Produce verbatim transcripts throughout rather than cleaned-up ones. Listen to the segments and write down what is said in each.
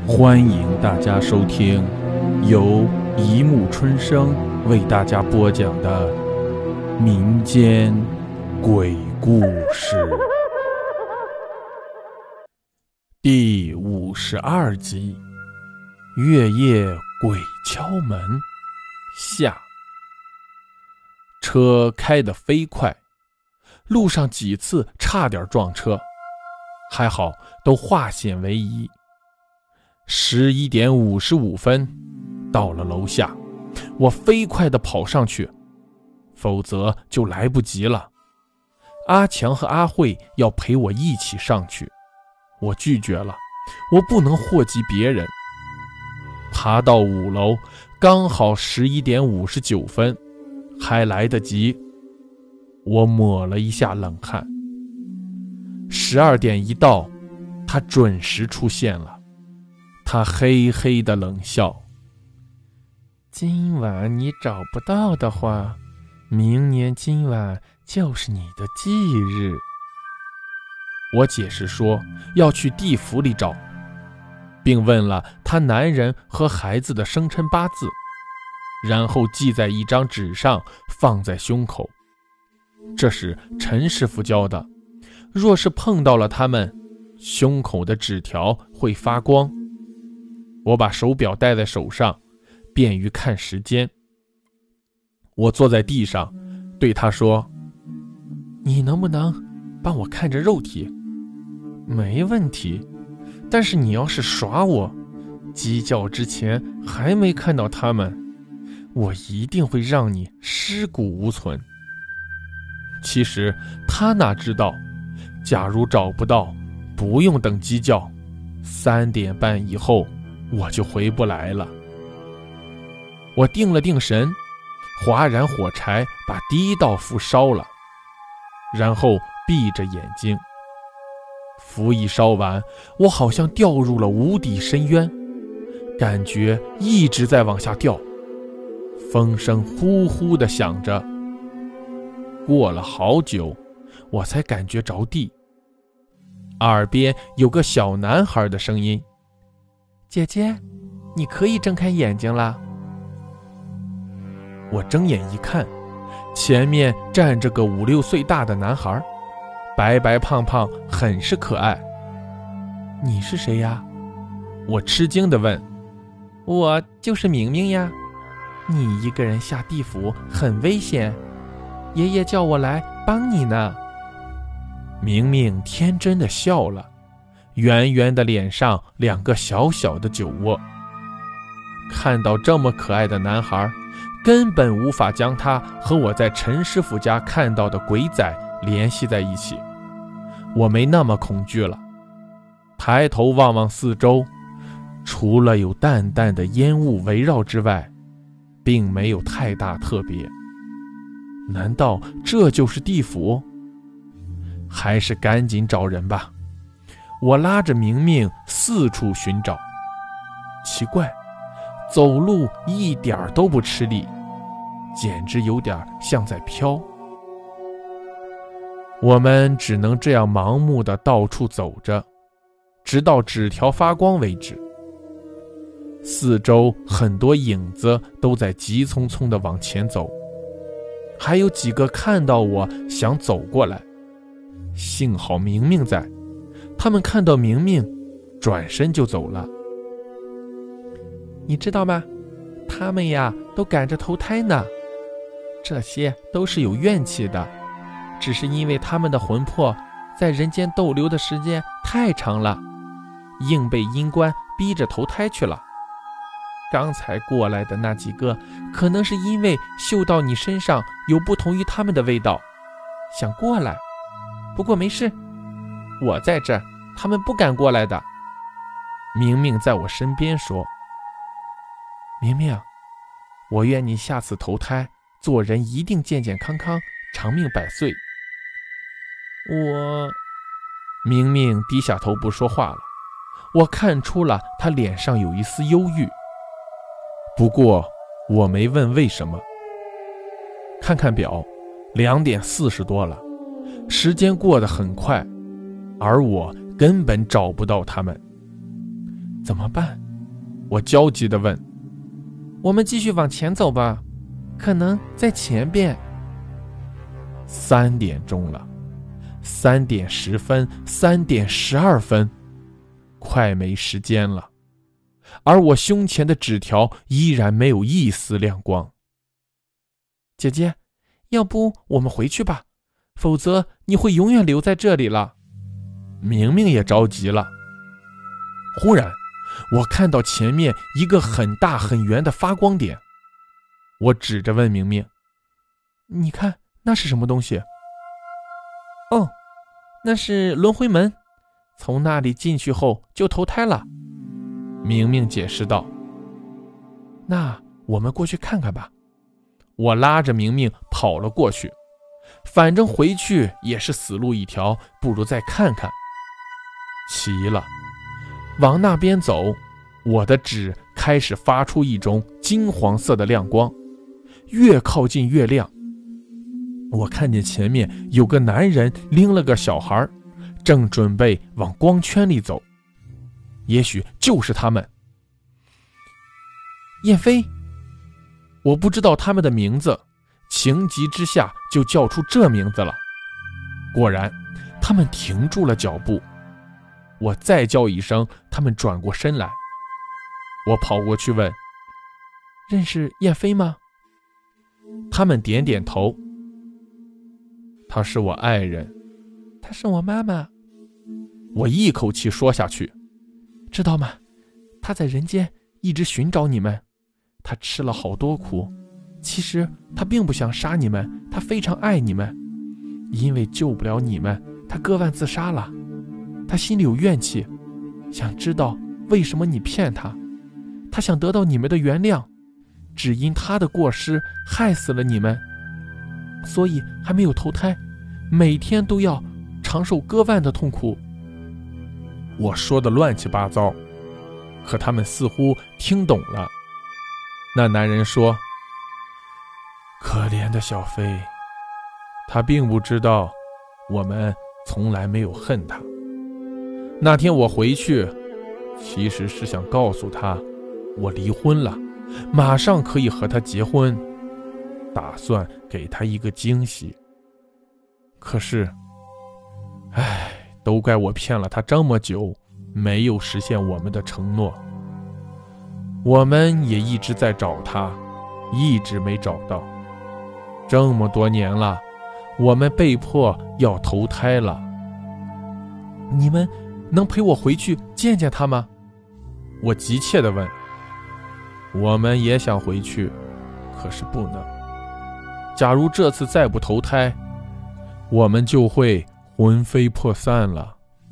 欢迎大家收听由一木春生为大家播讲的民间鬼故事第五十二集，月夜鬼敲门下。车开得飞快，路上几次差点撞车，还好都化险为夷。十一点五十五分到了楼下，我飞快地跑上去，否则就来不及了。阿强和阿慧要陪我一起上去，我拒绝了，我不能祸及别人。爬到五楼，刚好十一点五十九分，还来得及。我抹了一下冷汗。十二点一到，他准时出现了。他嘿嘿的冷笑，今晚你找不到的话，明年今晚就是你的忌日。我解释说要去地府里找，并问了他男人和孩子的生辰八字，然后记在一张纸上放在胸口。这是陈师傅教的，若是碰到了他们，胸口的纸条会发光。我把手表戴在手上，便于看时间。我坐在地上对他说，你能不能帮我看着肉体？没问题，但是你要是耍我，鸡叫之前还没看到他们，我一定会让你尸骨无存。其实他哪知道，假如找不到，不用等鸡叫，三点半以后我就回不来了。我定了定神，划燃火柴，把第一道符烧了，然后闭着眼睛。符一烧完，我好像掉入了无底深渊，感觉一直在往下掉，风声呼呼地响着。过了好久，我才感觉着地，耳边有个小男孩的声音，姐姐，你可以睁开眼睛了。我睁眼一看，前面站着个五六岁大的男孩，白白胖胖，很是可爱。你是谁呀？我吃惊地问。我就是明明呀，你一个人下地府很危险，爷爷叫我来帮你呢。明明天真地笑了，圆圆的脸上两个小小的酒窝。看到这么可爱的男孩，根本无法将他和我在陈师傅家看到的鬼仔联系在一起。我没那么恐惧了，抬头望望四周，除了有淡淡的烟雾围绕之外，并没有太大特别。难道这就是地府？还是赶紧找人吧。我拉着明明四处寻找，奇怪，走路一点都不吃力，简直有点像在飘。我们只能这样盲目地到处走着，直到纸条发光为止。四周很多影子都在急匆匆地往前走，还有几个看到我想走过来，幸好明明在，他们看到明明转身就走了。你知道吗？他们呀都赶着投胎呢，这些都是有怨气的，只是因为他们的魂魄在人间逗留的时间太长了，硬被阴官逼着投胎去了。刚才过来的那几个，可能是因为嗅到你身上有不同于他们的味道，想过来，不过没事，我在这儿，他们不敢过来的。明明在我身边说，明明，我愿你下次投胎做人一定健健康康，长命百岁。我……明明低下头不说话了，我看出了他脸上有一丝忧郁，不过我没问为什么。看看表，两点四十多了，时间过得很快，而我根本找不到他们。 怎么办？我焦急地问。 我们继续往前走吧，可能在前边。 三点钟了，三点十分，三点十二分，快没时间了。而我胸前的纸条依然没有一丝亮光。 姐姐，要不我们回去吧，否则你会永远留在这里了。 明明也着急了。忽然我看到前面一个很大很圆的发光点，我指着问明明， 你看那是什么东西？哦，那是轮回门，从那里进去后就投胎了。 明明解释道。 那我们过去看看吧。 我拉着明明跑了过去，反正回去也是死路一条，不如再看看。奇了，往那边走，我的纸开始发出一种金黄色的亮光，越靠近越亮。我看见前面有个男人拎了个小孩，正准备往光圈里走，也许就是他们。 燕飞， 我不知道他们的名字，情急之下就叫出这名字了。果然，他们停住了脚步。我再叫一声，他们转过身来。我跑过去问： 认识燕飞吗？ 他们点点头。她是我爱人。 她是我妈妈。 我一口气说下去。 知道吗？她在人间一直寻找你们，她吃了好多苦。其实她并不想杀你们，她非常爱你们。因为救不了你们，她割腕自杀了。她心里有怨气，想知道为什么你骗她。她想得到你们的原谅，只因她的过失害死了你们，所以还没有投胎，每天都要尝受割腕的痛苦。 我说的乱七八糟，可他们似乎听懂了。那男人说：可怜的小飞，他并不知道我们从来没有恨他。那天我回去，其实是想告诉他我离婚了，马上可以和他结婚，打算给他一个惊喜。可是唉，都怪我骗了他这么久，没有实现我们的承诺。我们也一直在找他，一直没找到。这么多年了，我们被迫要投胎了。 你们能陪我回去见见他吗？ 我急切地问。我们也想回去，可是不能。假如这次再不投胎，我们就会魂飞魄散了。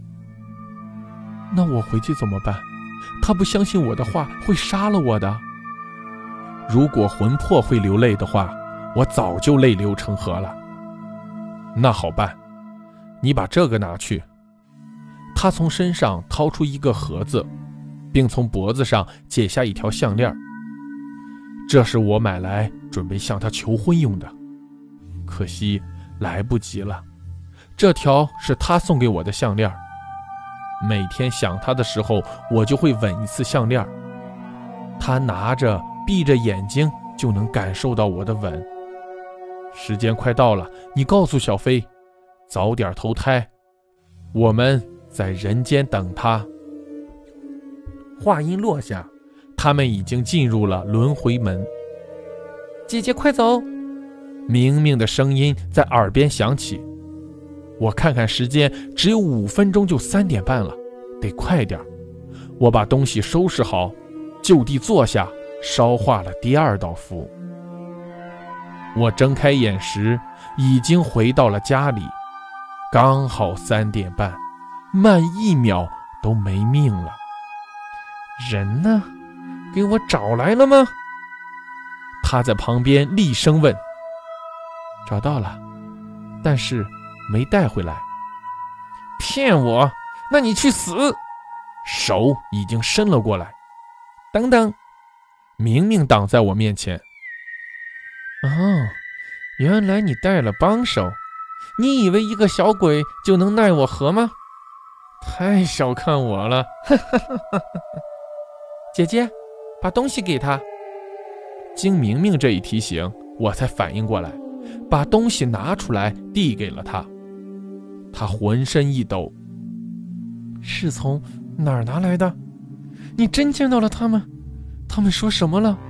那我回去怎么办？他不相信我的话，会杀了我的。 如果魂魄会流泪的话，我早就泪流成河了。那好办，你把这个拿去。他从身上掏出一个盒子，并从脖子上解下一条项链。这是我买来准备向他求婚用的，可惜来不及了。这条是他送给我的项链，每天想他的时候，我就会吻一次项链。他拿着闭着眼睛就能感受到我的吻。时间快到了，你告诉小飞早点投胎，我们在人间等他。话音落下，他们已经进入了轮回门。 姐姐快走！ 明明的声音在耳边响起。我看看时间，只有五分钟就三点半了，得快点。我把东西收拾好，就地坐下，烧化了第二道符。我睁开眼时，已经回到了家里，刚好三点半，慢一秒都没命了。 人呢？给我找来了吗？ 他在旁边厉声问。 找到了，但是没带回来。 骗我？那你去死！手已经伸了过来。 等等！ 明明挡在我面前。 哦，原来你带了帮手。你以为一个小鬼就能奈我何吗？太小看我了。 姐姐，把东西给他。经明明这一提醒，我才反应过来，把东西拿出来递给了他。他浑身一抖。是从哪儿拿来的？你真见到了他们？他们说什么了？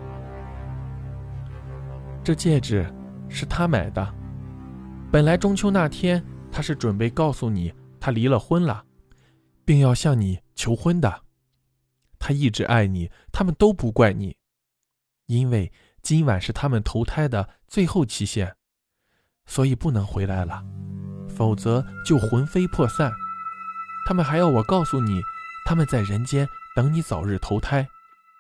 这戒指是他买的，本来中秋那天他是准备告诉你他离了婚了，并要向你求婚的。他一直爱你，他们都不怪你，因为今晚是他们投胎的最后期限，所以不能回来了，否则就魂飞魄散。他们还要我告诉你，他们在人间等你早日投胎。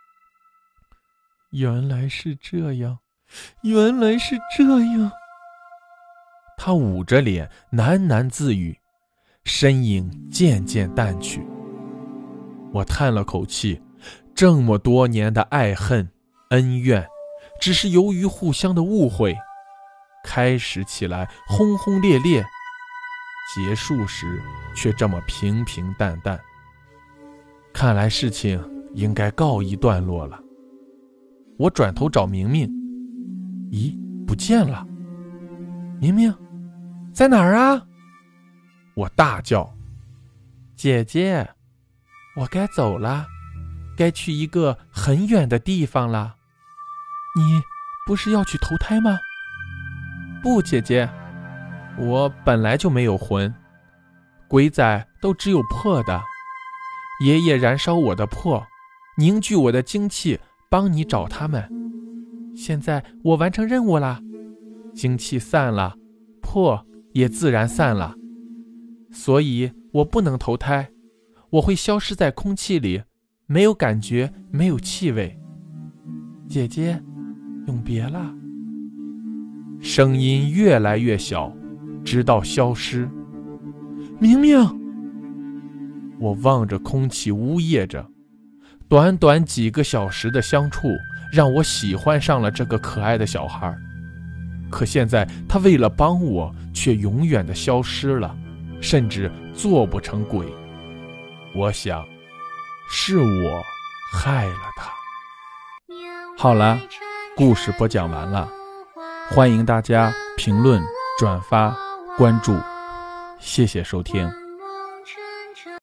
原来是这样，原来是这样。他捂着脸喃喃自语，身影渐渐淡去。我叹了口气，这么多年的爱恨恩怨，只是由于互相的误会，开始起来轰轰烈烈，结束时却这么平平淡淡。看来事情应该告一段落了。我转头找明明，咦，不见了。明明在哪儿啊？我大叫。姐姐，我该走了，该去一个很远的地方了。你不是要去投胎吗？不，姐姐，我本来就没有魂，鬼仔都只有魄的。爷爷燃烧我的魄，凝聚我的精气，帮你找他们。现在我完成任务了，精气散了，魄也自然散了，所以我不能投胎，我会消失在空气里，没有感觉，没有气味。姐姐，永别了。声音越来越小，直到消失。明明，我望着空气呜咽着，短短几个小时的相处，让我喜欢上了这个可爱的小孩。可现在他为了帮我，却永远的消失了，甚至做不成鬼。我想，是我害了他。好了，故事播讲完了，欢迎大家评论、转发、关注，谢谢收听。